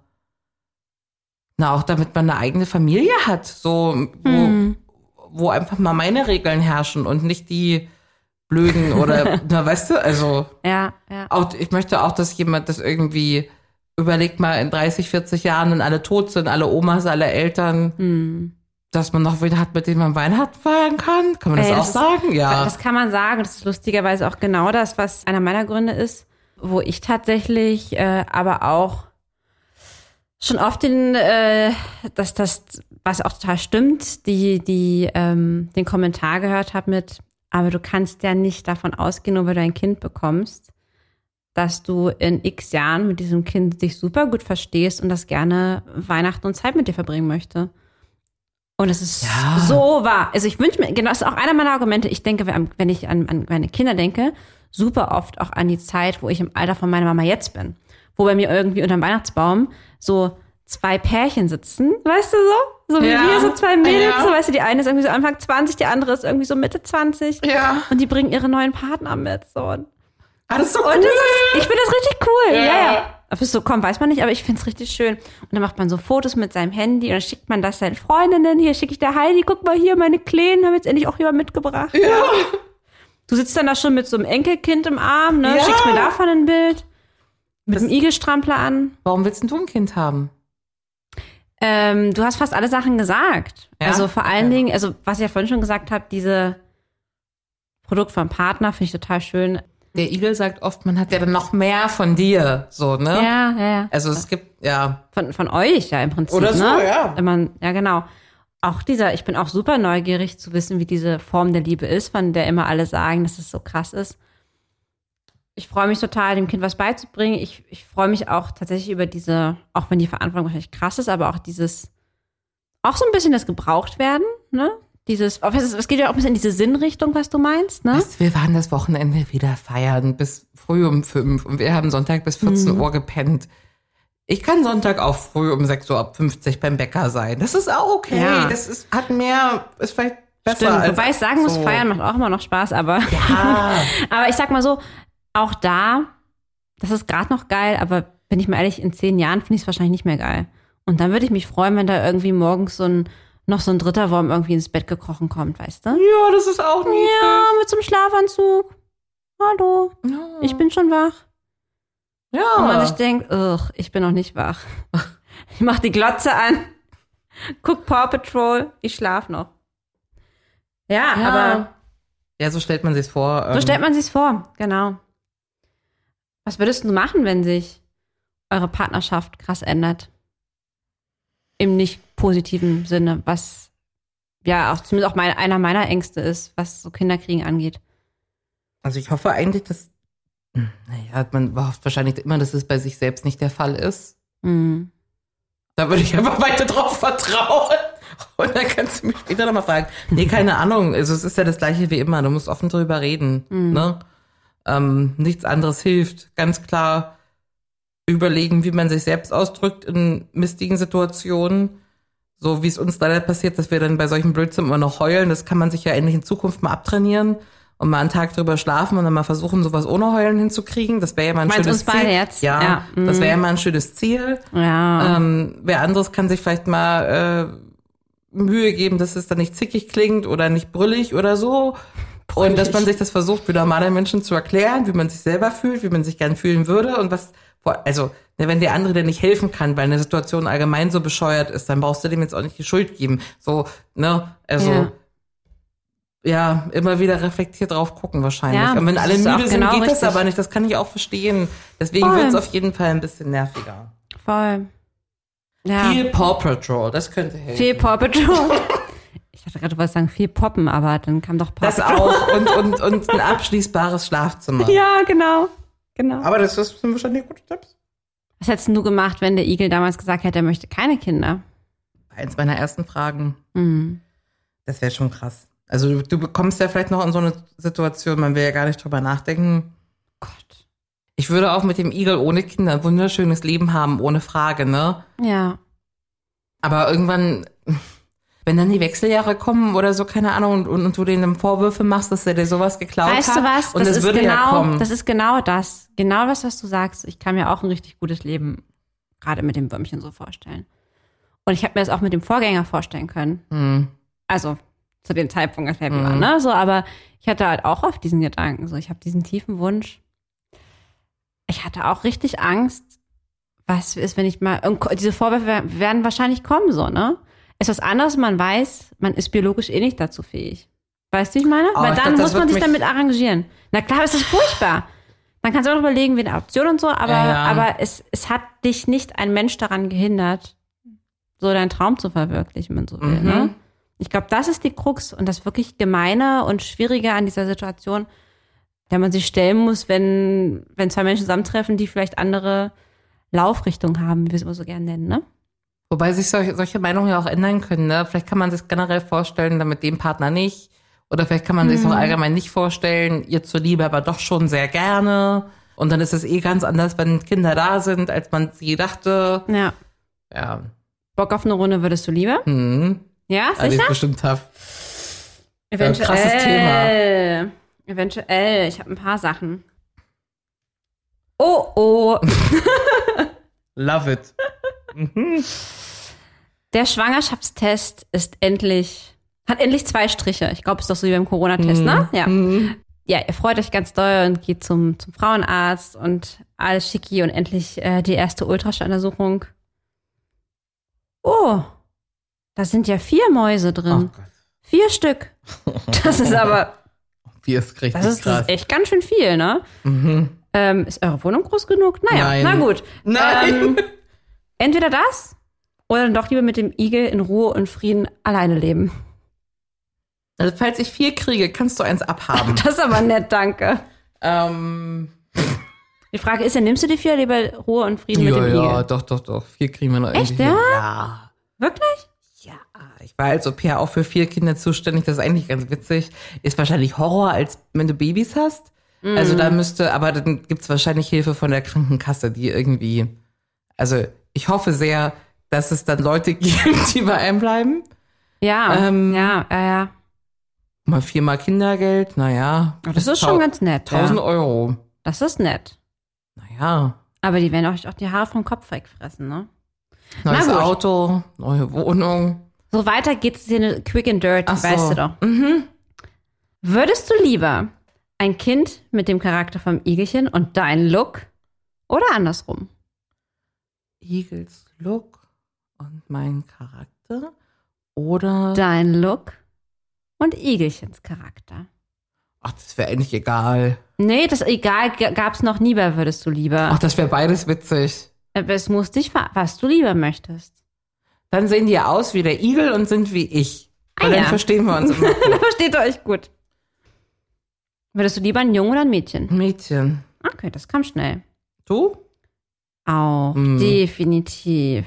Na, auch damit man eine eigene Familie hat. So, wo einfach mal meine Regeln herrschen und nicht die blöden oder, na, weißt du, also. Ja. Auch, ich möchte auch, dass jemand das irgendwie überlegt mal in 30, 40 Jahren, wenn alle tot sind, alle Omas, alle Eltern, dass man noch wieder hat, mit denen man Weihnachten feiern kann. Kann man das auch sagen? Ja. Das kann man sagen. Das ist lustigerweise auch genau das, was einer meiner Gründe ist, wo ich tatsächlich aber auch schon oft dass das, was auch total stimmt, den Kommentar gehört habe mit, aber du kannst ja nicht davon ausgehen, nur weil du ein Kind bekommst, dass du in x Jahren mit diesem Kind dich super gut verstehst und das gerne Weihnachten und Zeit mit dir verbringen möchte. Und es ist so wahr. Also ich wünsche mir, genau, das ist auch einer meiner Argumente. Ich denke, wenn ich an meine Kinder denke, super oft auch an die Zeit, wo ich im Alter von meiner Mama jetzt bin. Wo bei mir irgendwie unterm Weihnachtsbaum so 2 Pärchen sitzen, weißt du so? So wie wir, so 2 Mädels, so, weißt du, die eine ist irgendwie so Anfang 20, die andere ist irgendwie so Mitte 20. Ja. Und die bringen ihre neuen Partner mit, so. Das ist so cool. Ich finde das richtig cool. Ja. Ob es so kommt, weiß man nicht, aber ich finde es richtig schön. Und dann macht man so Fotos mit seinem Handy und dann schickt man das seinen Freundinnen. Hier schicke ich der Heidi, guck mal hier, meine Kleinen haben jetzt endlich auch jemand mitgebracht. Ja. Du sitzt dann da schon mit so einem Enkelkind im Arm, ne? Ja. Schickst mir davon ein Bild. Mit einem Igelstrampler an. Warum willst du ein Kind haben? Du hast fast alle Sachen gesagt. Ja? Also vor allen Dingen, also was ich ja vorhin schon gesagt habe, diese Produkt vom Partner finde ich total schön. Der Igel sagt oft, man hat ja dann noch mehr von dir, so, ne? Ja. Also es gibt, Von euch ja im Prinzip, oder so, ne? ja. Ja, genau. Auch ich bin auch super neugierig zu wissen, wie diese Form der Liebe ist, von der immer alle sagen, dass es so krass ist. Ich freue mich total, dem Kind was beizubringen. Ich freue mich auch tatsächlich über auch wenn die Verantwortung wahrscheinlich krass ist, aber auch auch so ein bisschen das Gebrauchtwerden, ne? Es geht ja auch ein bisschen in diese Sinnrichtung, was du meinst, ne? Wir waren das Wochenende wieder feiern bis früh um 5 und wir haben Sonntag bis 14 Uhr gepennt. Ich kann Sonntag auch früh um 6:50 Uhr beim Bäcker sein. Das ist auch okay. Ja. Das ist vielleicht besser. Stimmt, wobei ich sagen muss, feiern macht auch immer noch Spaß, aber aber ich sag mal so, auch das ist gerade noch geil, aber bin ich mal ehrlich, in 10 Jahren finde ich es wahrscheinlich nicht mehr geil. Und dann würde ich mich freuen, wenn da irgendwie morgens noch so ein dritter Wurm irgendwie ins Bett gekrochen kommt, weißt du? Ja, das ist auch niedlich. Ja, mit so einem Schlafanzug. Hallo, ich bin schon wach. Ja. Und man sich denkt, ich bin noch nicht wach. Ich mach die Glotze an, guck Paw Patrol, ich schlaf noch. Ja, aber... Ja, so stellt man sich's vor. So stellt man sich's vor, genau. Was würdest du machen, wenn sich eure Partnerschaft krass ändert? Im nicht positiven Sinne, was ja auch zumindest auch einer meiner Ängste ist, was so Kinderkriegen angeht. Also ich hoffe eigentlich, dass, man hofft wahrscheinlich immer, dass es bei sich selbst nicht der Fall ist. Mhm. Da würde ich einfach weiter drauf vertrauen. Und dann kannst du mich später nochmal fragen. Nee, keine Ahnung. Also es ist ja das Gleiche wie immer. Du musst offen drüber reden. Mhm. Ne? Nichts anderes hilft. Ganz klar überlegen, wie man sich selbst ausdrückt in mistigen Situationen. So wie es uns leider passiert, dass wir dann bei solchen Blödsinn immer noch heulen. Das kann man sich ja endlich in Zukunft mal abtrainieren und mal einen Tag drüber schlafen und dann mal versuchen, sowas ohne Heulen hinzukriegen. Das wäre ja mal ein schönes Ziel. Beide jetzt? Ja, das wäre ja mal ein schönes Ziel. Ja. Wer anderes kann sich vielleicht mal Mühe geben, dass es dann nicht zickig klingt oder nicht brüllig oder so. Brüllig. Und dass man sich das versucht, wie normale Menschen zu erklären, wie man sich selber fühlt, wie man sich gern fühlen würde und was, also, wenn der andere dir nicht helfen kann, weil eine Situation allgemein so bescheuert ist, dann brauchst du dem jetzt auch nicht die Schuld geben. So, ne, also, ja, immer wieder reflektiert drauf gucken wahrscheinlich. Ja, und wenn alle müde sind, genau geht richtig. das aber nicht. Das kann ich auch verstehen. Deswegen wird es auf jeden Fall ein bisschen nerviger. Voll. Ja. Viel Paw Patrol, das könnte helfen. Viel Paw Patrol. Ich dachte gerade, du wolltest sagen, viel Poppen, aber dann kam doch Paw Patrol. Das auch. Und ein abschließbares Schlafzimmer. Ja, genau. Aber das sind wahrscheinlich gute Tipps. Was hättest du gemacht, wenn der Igel damals gesagt hätte, er möchte keine Kinder? Eins meiner ersten Fragen. Das wäre schon krass. Also du bekommst ja vielleicht noch in so eine Situation, man will ja gar nicht drüber nachdenken. Gott. Ich würde auch mit dem Igel ohne Kinder ein wunderschönes Leben haben, ohne Frage, ne? Ja. Aber irgendwann, wenn dann die Wechseljahre kommen oder so, keine Ahnung, und du denen Vorwürfe machst, dass er dir sowas geklaut hat. Weißt du was? Und das würde ja kommen. Das ist genau das. Genau das, was du sagst. Ich kann mir auch ein richtig gutes Leben gerade mit dem Würmchen so vorstellen. Und ich habe mir das auch mit dem Vorgänger vorstellen können. Also zu dem Zeitpunkt, als wir waren, ne? So, aber ich hatte halt auch oft diesen Gedanken. So, ich habe diesen tiefen Wunsch. Ich hatte auch richtig Angst, was ist, wenn ich mal, diese Vorwürfe werden wahrscheinlich kommen, so, ne? Ist was anderes, man weiß, man ist biologisch eh nicht dazu fähig. Weißt du, wie ich meine? Weil dann muss man sich damit arrangieren. Na klar, ist das furchtbar. Dann kannst du auch überlegen, wie eine Adoption und so, aber es hat dich nicht ein Mensch daran gehindert, so deinen Traum zu verwirklichen, wenn man so will, ne? Ich glaube, das ist die Krux und das wirklich Gemeine und Schwierige an dieser Situation, der man sich stellen muss, wenn zwei Menschen zusammentreffen, die vielleicht andere Laufrichtungen haben, wie wir es immer so gerne nennen, ne? Wobei sich solche Meinungen ja auch ändern können, ne? Vielleicht kann man sich generell vorstellen, dann mit dem Partner nicht. Oder vielleicht kann man sich auch allgemein nicht vorstellen, ihr zuliebe aber doch schon sehr gerne. Und dann ist es ganz anders, wenn Kinder da sind, als man sie dachte. Ja. Bock auf eine Runde würdest du lieber? Ja, sicher? Das ist bestimmt tough. Eventuell. Krasses Thema. Eventuell. Ich habe ein paar Sachen. Oh. Love it. Der Schwangerschaftstest hat endlich 2 Striche. Ich glaube, es ist doch so wie beim Corona-Test, ne? Ja. Ja, ihr freut euch ganz doll und geht zum Frauenarzt und alles schicki und endlich die erste Ultraschalluntersuchung. Oh, da sind ja 4 Mäuse drin. Oh Gott. 4 Stück. Das ist aber... 4 ist richtig krass. Das ist echt ganz schön viel, ne? Ist eure Wohnung groß genug? Naja, Nein. Na gut. Nein. Entweder das oder dann doch lieber mit dem Igel in Ruhe und Frieden alleine leben. Also falls ich 4 kriege, kannst du eins abhaben. Das ist aber nett, danke. Die Frage ist ja, nimmst du die 4 lieber Ruhe und Frieden mit dem Igel? Ja, doch. 4 kriegen wir noch irgendwie. Echt, ja? Ja. Wirklich? Ja. Ich war als Au-pair auch für 4 Kinder zuständig. Das ist eigentlich ganz witzig. Ist wahrscheinlich Horror, als wenn du Babys hast. Also da aber dann gibt's wahrscheinlich Hilfe von der Krankenkasse, die irgendwie, also ich hoffe sehr, dass es dann Leute gibt, die bei einem bleiben. Ja, ja. Mal 4-mal Kindergeld, naja. Das ist schon ganz nett. 1.000 Euro. Das ist nett. Naja. Aber die werden euch auch die Haare vom Kopf wegfressen, ne? Neues Auto, neue Wohnung. So weiter geht's hier quick and dirty, weißt du doch. Würdest du lieber ein Kind mit dem Charakter vom Igelchen und deinen Look oder andersrum? Igels Look und mein Charakter oder dein Look und Igelchens Charakter? Ach, das wäre eigentlich egal. Nee, das egal gab's noch nie bei Würdest du lieber. Ach, das wäre beides witzig. Aber es muss dich, was du lieber möchtest. Dann sehen die ja aus wie der Igel und sind wie ich. Weil dann verstehen wir uns immer gut. Dann versteht ihr euch gut. Würdest du lieber ein Junge oder ein Mädchen? Mädchen. Okay, das kam schnell. Du? Auch. Definitiv.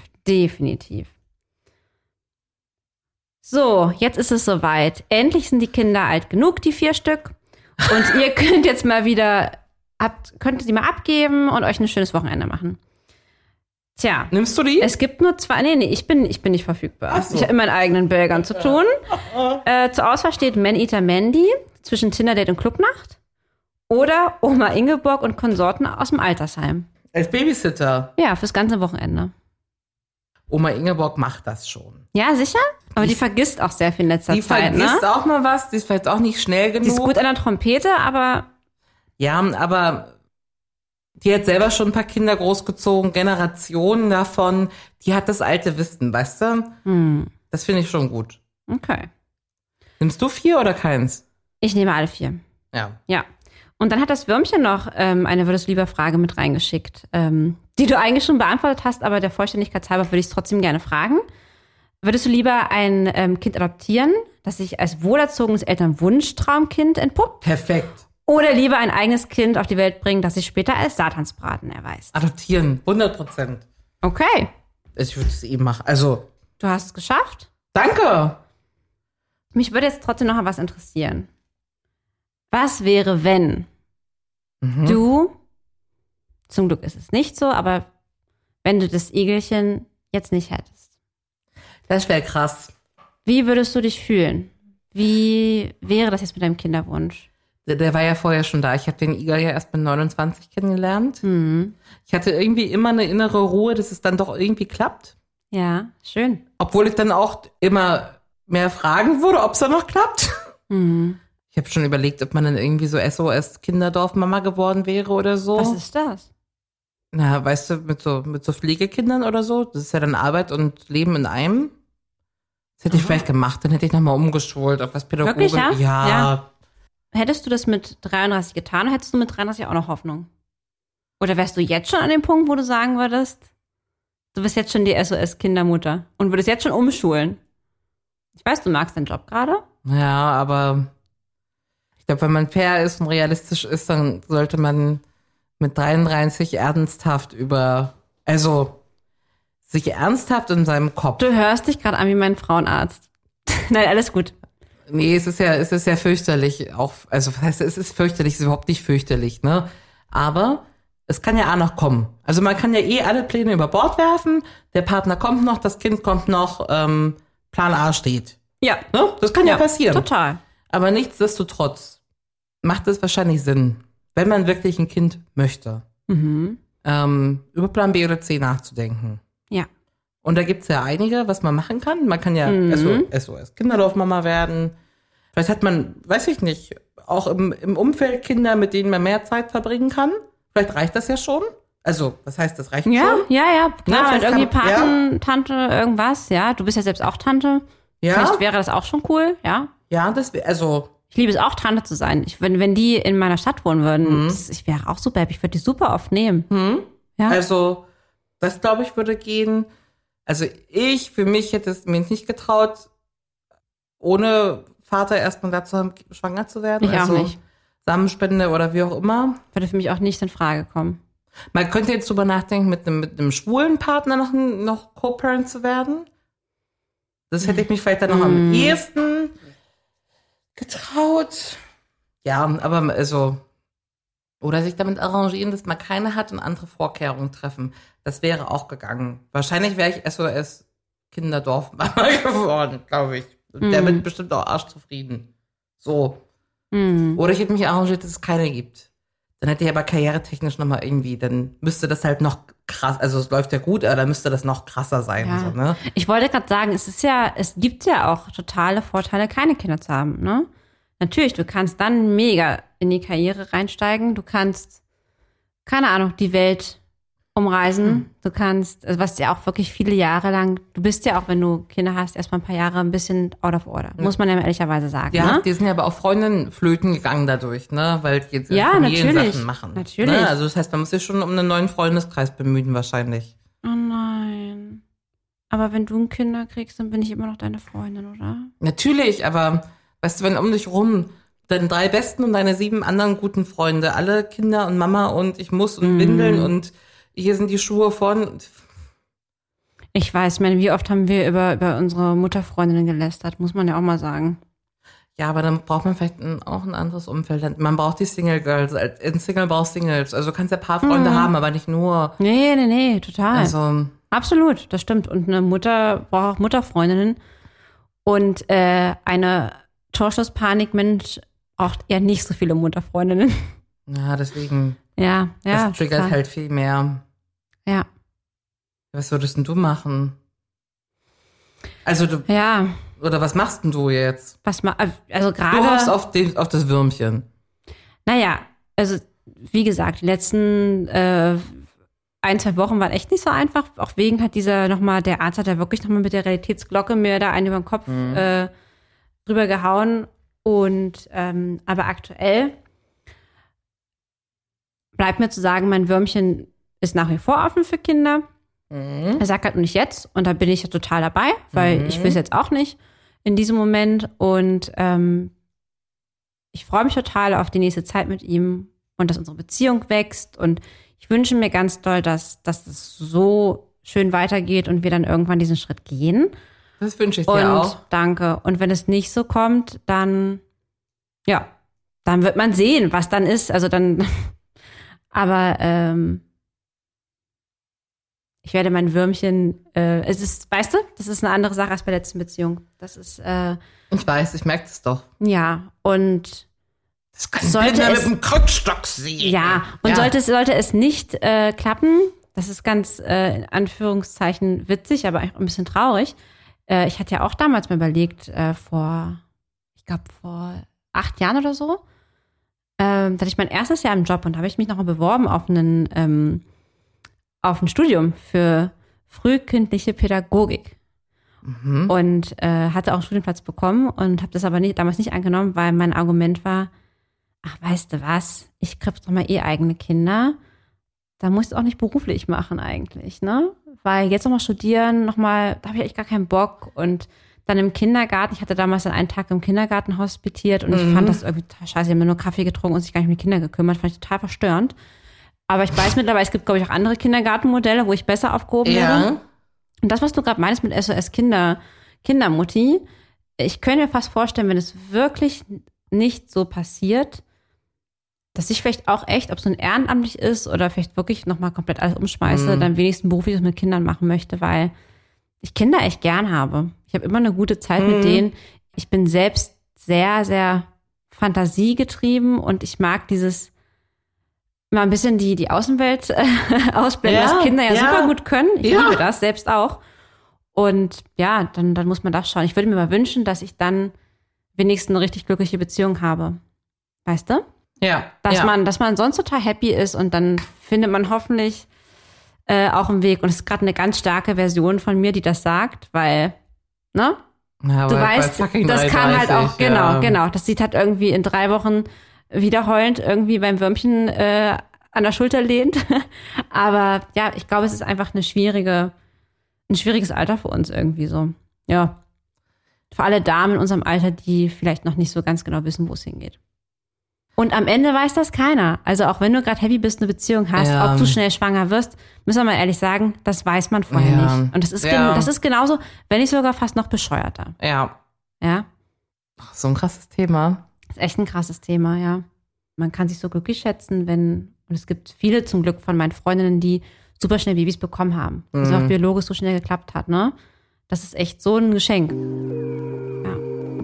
So, jetzt ist es soweit. Endlich sind die Kinder alt genug, die 4 Stück. Und ihr könnt jetzt mal wieder, könnt sie mal abgeben und euch ein schönes Wochenende machen. Tja. Nimmst du die? Es gibt nur 2. Nee, ich bin nicht verfügbar. Ach so. Ich habe in meinen eigenen Belgern zu tun. Zur Auswahl steht Man-Eater Mandy zwischen Tinder-Date und Clubnacht oder Oma Ingeborg und Konsorten aus dem Altersheim. Als Babysitter? Ja, fürs ganze Wochenende. Oma Ingeborg macht das schon. Ja, sicher? Aber die vergisst auch sehr viel in letzter Zeit, ne? Die vergisst auch mal was, die ist vielleicht auch nicht schnell genug. Die ist gut an der Trompete, aber... Ja, aber die hat selber schon ein paar Kinder großgezogen, Generationen davon. Die hat das alte Wissen, weißt du? Das finde ich schon gut. Okay. Nimmst du 4 oder keins? Ich nehme alle 4. Ja. Und dann hat das Würmchen noch eine Würdest-du-lieber-Frage mit reingeschickt, die du eigentlich schon beantwortet hast, aber der Vollständigkeit halber würde ich es trotzdem gerne fragen. Würdest du lieber ein Kind adoptieren, das sich als wohlerzogenes Elternwunschtraumkind entpuppt? Perfekt. Oder lieber ein eigenes Kind auf die Welt bringen, das sich später als Satansbraten erweist? Adoptieren, 100%. Okay. Ich würde es eben machen. Also. Du hast es geschafft? Danke. Mich würde jetzt trotzdem noch was interessieren. Was wäre, wenn du, zum Glück ist es nicht so, aber wenn du das Igelchen jetzt nicht hättest? Das wäre krass. Wie würdest du dich fühlen? Wie wäre das jetzt mit deinem Kinderwunsch? Der war ja vorher schon da. Ich habe den Igel ja erst mit 29 kennengelernt. Ich hatte irgendwie immer eine innere Ruhe, dass es dann doch irgendwie klappt. Ja, schön. Obwohl ich dann auch immer mehr fragen würde, ob es dann noch klappt. Ich habe schon überlegt, ob man dann irgendwie so SOS-Kinderdorf-Mama geworden wäre oder so. Was ist das? Na, weißt du, mit so Pflegekindern oder so. Das ist ja dann Arbeit und Leben in einem. Das hätte ich vielleicht gemacht. Dann hätte ich nochmal umgeschult auf was Pädagogik. Wirklich, ja? Ja. Hättest du das mit 33 getan, oder hättest du mit 33 auch noch Hoffnung? Oder wärst du jetzt schon an dem Punkt, wo du sagen würdest, du bist jetzt schon die SOS-Kindermutter und würdest jetzt schon umschulen? Ich weiß, du magst deinen Job gerade. Ja, aber ich glaube, wenn man fair ist und realistisch ist, dann sollte man mit 33 ernsthaft sich ernsthaft in seinem Kopf. Du hörst dich gerade an wie mein Frauenarzt. Nein, alles gut. Nee, es ist ja fürchterlich. Auch, also, was heißt, es ist fürchterlich, es ist überhaupt nicht fürchterlich, ne? Aber es kann ja auch noch kommen. Also man kann ja alle Pläne über Bord werfen, der Partner kommt noch, das Kind kommt noch, Plan A steht. Ja. Ne? Das kann ja passieren. Total. Aber nichtsdestotrotz macht es wahrscheinlich Sinn, wenn man wirklich ein Kind möchte, über Plan B oder C nachzudenken. Ja. Und da gibt's ja einige, was man machen kann. Man kann ja SOS Kinderdorfmama werden. Vielleicht hat man, weiß ich nicht, auch im Umfeld Kinder, mit denen man mehr Zeit verbringen kann. Vielleicht reicht das ja schon. Also, was heißt, das reicht schon? Ja, klar, Ja, irgendwie Tante, irgendwas, ja. Du bist ja selbst auch Tante. Ja. Vielleicht wäre das auch schon cool, ja. Ja, das wäre, also. Ich liebe es auch, Tante zu sein. Wenn die in meiner Stadt wohnen würden, ich wäre auch super happy. Ich würde die super oft nehmen. Ja. Also, das glaube ich würde gehen. Also für mich hätte es mir nicht getraut, ohne Vater erstmal dazu schwanger zu werden. Ich also auch nicht. Samenspende oder wie auch immer. Würde für mich auch nicht in Frage kommen. Man könnte jetzt drüber nachdenken, mit einem schwulen Partner noch Co-Parent zu werden. Das hätte ich mich vielleicht dann noch am ehesten getraut. Ja, aber also, oder sich damit arrangieren, dass man keine hat und andere Vorkehrungen treffen. Das wäre auch gegangen. Wahrscheinlich wäre ich SOS Kinderdorfmama geworden, glaube ich. Und der wird bestimmt auch arschzufrieden. So. Oder ich hätte mich arrangiert, dass es keine gibt. Dann hätte ich aber karrieretechnisch nochmal irgendwie, dann müsste das halt noch krass, also es läuft ja gut, aber dann müsste das noch krasser sein. Ja. So, ne? Ich wollte gerade sagen, es gibt ja auch totale Vorteile, keine Kinder zu haben, ne? Natürlich, du kannst dann mega in die Karriere reinsteigen. Du kannst, keine Ahnung, die Welt umreisen. Du kannst, also was ja auch wirklich viele Jahre lang, du bist ja auch, wenn du Kinder hast, erstmal ein paar Jahre ein bisschen out of order. Muss man ja ehrlicherweise sagen. Ja, ne? die sind ja aber auch Freundinnen flöten gegangen dadurch, ne? Weil die jetzt Ja, Familiensachen natürlich. machen. Natürlich. Ne? Also das heißt, man muss sich schon um einen neuen Freundeskreis bemühen wahrscheinlich. Oh nein. Aber wenn du Kinder kriegst, dann bin ich immer noch deine Freundin, oder? Natürlich, aber weißt du, wenn um dich rum deine 3 besten und deine 7 anderen guten Freunde, alle Kinder und Mama und ich muss und Windeln und hier sind die Schuhe von. Ich weiß, wie oft haben wir über unsere Mutterfreundinnen gelästert, muss man ja auch mal sagen. Ja, aber dann braucht man vielleicht auch ein anderes Umfeld. Man braucht die Single Girls. Ein Single braucht Singles. Also du kannst ja Paarfreunde haben, aber nicht nur. Nee, total. Also absolut, das stimmt. Und eine Mutter braucht auch Mutterfreundinnen. Und eine Torschusspanik-Mensch braucht eher nicht so viele Mutterfreundinnen. Ja, deswegen. Ja. Das triggert total. halt viel mehr. Ja. Was würdest denn du machen? Also oder was machst denn du jetzt? Also gerade. Du hoffst auf das Würmchen. Naja, also wie gesagt, die letzten 1-2 Wochen waren echt nicht so einfach. Auch wegen hat der Arzt hat ja wirklich nochmal mit der Realitätsglocke mir da einen über den Kopf drüber gehauen. Und aber aktuell bleibt mir zu sagen, mein Würmchen ist nach wie vor offen für Kinder. Er sagt halt nur nicht jetzt. Und da bin ich ja total dabei, weil ich will es jetzt auch nicht in diesem Moment. Und ich freue mich total auf die nächste Zeit mit ihm und dass unsere Beziehung wächst. Und ich wünsche mir ganz doll, dass das so schön weitergeht und wir dann irgendwann diesen Schritt gehen. Das wünsche ich dir auch. Danke. Und wenn es nicht so kommt, dann wird man sehen, was dann ist. Also dann, aber ich werde mein Würmchen, es ist, weißt du, das ist eine andere Sache als bei der letzten Beziehung. Das ist, ich weiß, ich merke das doch. Ja, und das kann Blinder mit dem Krückstock sehen. Ja, und sollte es nicht klappen, das ist ganz in Anführungszeichen witzig, aber auch ein bisschen traurig. Ich hatte ja auch damals mal überlegt, vor 8 Jahren oder so, da hatte ich mein erstes Jahr im Job und da habe ich mich nochmal beworben auf ein Studium für frühkindliche Pädagogik. Und hatte auch einen Studienplatz bekommen und habe das aber damals nicht angenommen, weil mein Argument war, ach, weißt du was, ich krieg doch mal eigene Kinder, da muss ich es auch nicht beruflich machen eigentlich, ne? Weil jetzt nochmal studieren, da habe ich echt gar keinen Bock. Und dann im Kindergarten, ich hatte damals einen Tag im Kindergarten hospitiert und ich fand das irgendwie total scheiße, ich habe mir nur Kaffee getrunken und sich gar nicht um die Kinder gekümmert, fand ich total verstörend. Aber ich weiß mittlerweile, es gibt, glaube ich, auch andere Kindergartenmodelle, wo ich besser aufgehoben werde. Und das, was du gerade meinst mit SOS Kindermutti, ich könnte mir fast vorstellen, wenn es wirklich nicht so passiert, dass ich vielleicht auch echt, ob es nun ehrenamtlich ist oder vielleicht wirklich nochmal komplett alles umschmeiße, dann wenigstens beruflich mit Kindern machen möchte, weil ich Kinder echt gern habe. Ich habe immer eine gute Zeit mit denen. Ich bin selbst sehr, sehr fantasiegetrieben und ich mag dieses mal ein bisschen die Außenwelt ausblenden, was Kinder super gut können. Ich liebe das selbst auch. Und ja, dann muss man das schauen. Ich würde mir mal wünschen, dass ich dann wenigstens eine richtig glückliche Beziehung habe. Weißt du? Ja. Dass man sonst total happy ist und dann findet man hoffentlich auch einen Weg. Und es ist gerade eine ganz starke Version von mir, die das sagt, weil, ne? Ja, du weißt, das kann halt auch, genau. Das sieht halt irgendwie in 3 Wochen wieder heulend irgendwie beim Würmchen an der Schulter lehnt. Aber ja, ich glaube, es ist einfach ein schwieriges Alter für uns irgendwie so. Ja. Für alle Damen in unserem Alter, die vielleicht noch nicht so ganz genau wissen, wo es hingeht. Und am Ende weiß das keiner. Also auch wenn du gerade happy bist, eine Beziehung hast, ob du schnell schwanger wirst, müssen wir mal ehrlich sagen, das weiß man vorher nicht. Und das ist genauso, wenn nicht sogar fast noch bescheuerter. Ja. Ja. Ach, so ein krasses Thema. Das ist echt ein krasses Thema, ja. Man kann sich so glücklich schätzen, und es gibt viele zum Glück von meinen Freundinnen, die super schnell Babys bekommen haben. Also auch biologisch so schnell geklappt hat, ne? Das ist echt so ein Geschenk. Ja.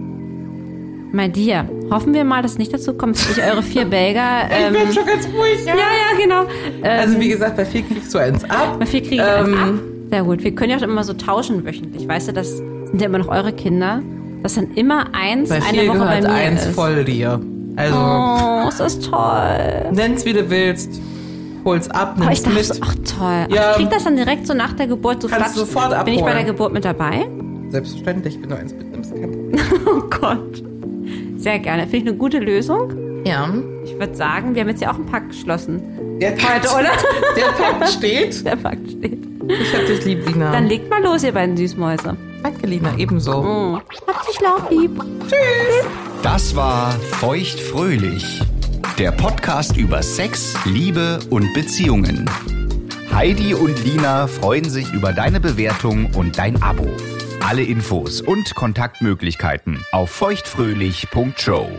My dear, hoffen wir mal, dass es nicht dazu kommt, dass ich eure 4 Belger... ich bin schon ganz ruhig, ja. Ja, genau. Also wie gesagt, bei 4 kriegst du eins ab. Bei 4 kriege ich eins ab. Sehr gut. Wir können ja auch immer so tauschen wöchentlich. Weißt du, das sind ja immer noch eure Kinder. Das sind immer eins, bei 4 eine Woche bei mir eins ist. Voll dir. Also, oh, ist das toll. Nenn's, wie du willst. Hol's ab, nimm's mit. Ach toll. Ja. Ich krieg das dann direkt so nach der Geburt so Kannst du sofort abholen. Bin ich bei der Geburt mit dabei? Selbstverständlich, wenn du eins mitnimmst, kein Problem. Oh Gott. Sehr gerne. Finde ich eine gute Lösung. Ja. Ich würde sagen, wir haben jetzt ja auch einen Pakt geschlossen. Der Pakt, oder? Der Pakt steht. Der Pakt steht. Ich hab dich lieb, Lina. Dann legt mal los, ihr beiden Süßmäuse. Danke, Lina, ebenso. Hab dich auch lieb. Tschüss. Das war Feuchtfröhlich, der Podcast über Sex, Liebe und Beziehungen. Heidi und Lina freuen sich über deine Bewertung und dein Abo. Alle Infos und Kontaktmöglichkeiten auf feuchtfröhlich.show.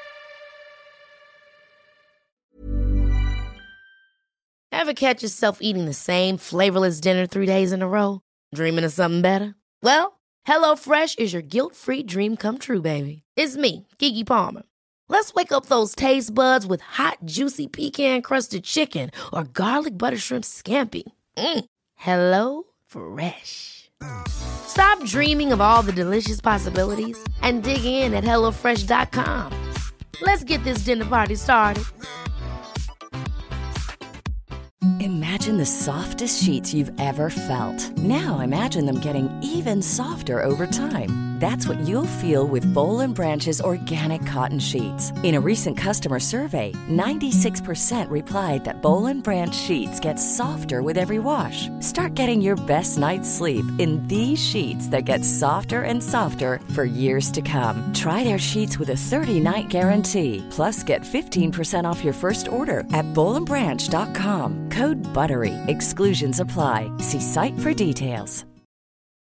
Ever catch yourself eating the same flavorless dinner 3 days in a row? Dreaming of something better? Well, HelloFresh is your guilt-free dream come true, baby. It's me, Keke Palmer. Let's wake up those taste buds with hot, juicy pecan-crusted chicken or garlic butter shrimp scampi. Hello Fresh. Stop dreaming of all the delicious possibilities and dig in at HelloFresh.com. Let's get this dinner party started. Imagine the softest sheets you've ever felt. Now imagine them getting even softer over time. That's what you'll feel with Boll & Branch's organic cotton sheets. In a recent customer survey, 96% replied that Boll & Branch sheets get softer with every wash. Start getting your best night's sleep in these sheets that get softer and softer for years to come. Try their sheets with a 30-night guarantee. Plus, get 15% off your first order at bollandbranch.com. Code BUTTERY. Exclusions apply. See site for details.